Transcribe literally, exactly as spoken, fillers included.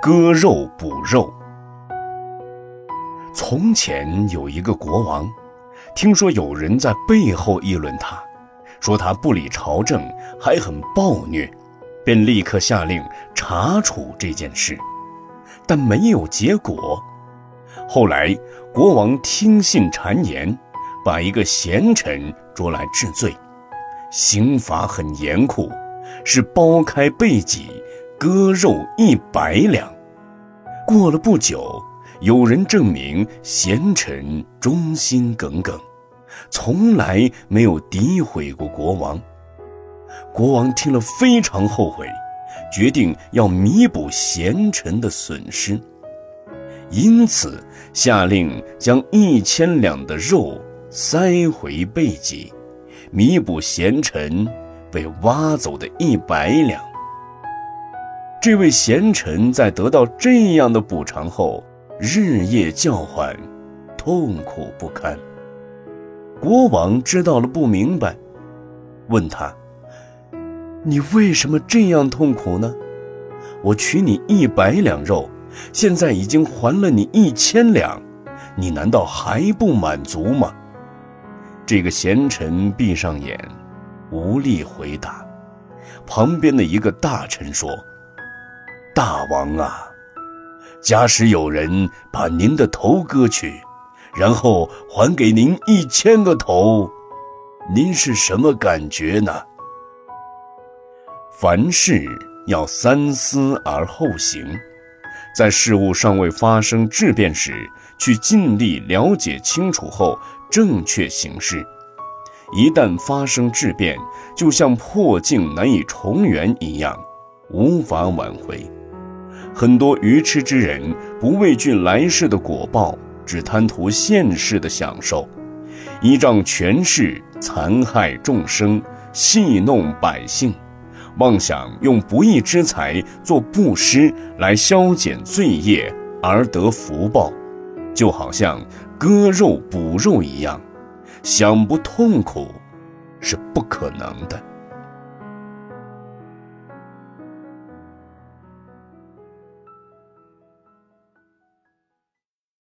割肉补肉。从前有一个国王，听说有人在背后议论他，说他不理朝政，还很暴虐，便立刻下令查处这件事，但没有结果。后来国王听信谗言，把一个贤臣捉来治罪，刑罚很严酷，是剥开背脊，割肉一百两。过了不久，有人证明贤臣忠心耿耿，从来没有诋毁过国王。国王听了非常后悔，决定要弥补贤臣的损失，因此下令将一千两的肉塞回背脊，弥补贤臣被挖走的一百两。这位贤臣在得到这样的补偿后，日夜叫唤，痛苦不堪。国王知道了不明白，问他：你为什么这样痛苦呢？我取你一百两肉，现在已经还了你一千两，你难道还不满足吗？这个贤臣闭上眼，无力回答。旁边的一个大臣说：大王啊，假使有人把您的头割去，然后还给您一千个头，您是什么感觉呢？凡事要三思而后行，在事物尚未发生质变时，去尽力了解清楚后正确行事。一旦发生质变，就像破镜难以重圆一样，无法挽回。很多愚痴之人不畏惧来世的果报，只贪图现世的享受，依仗权势残害众生，戏弄百姓，妄想用不义之财做布施来消减罪业而得福报，就好像割肉补肉一样，想不痛苦是不可能的。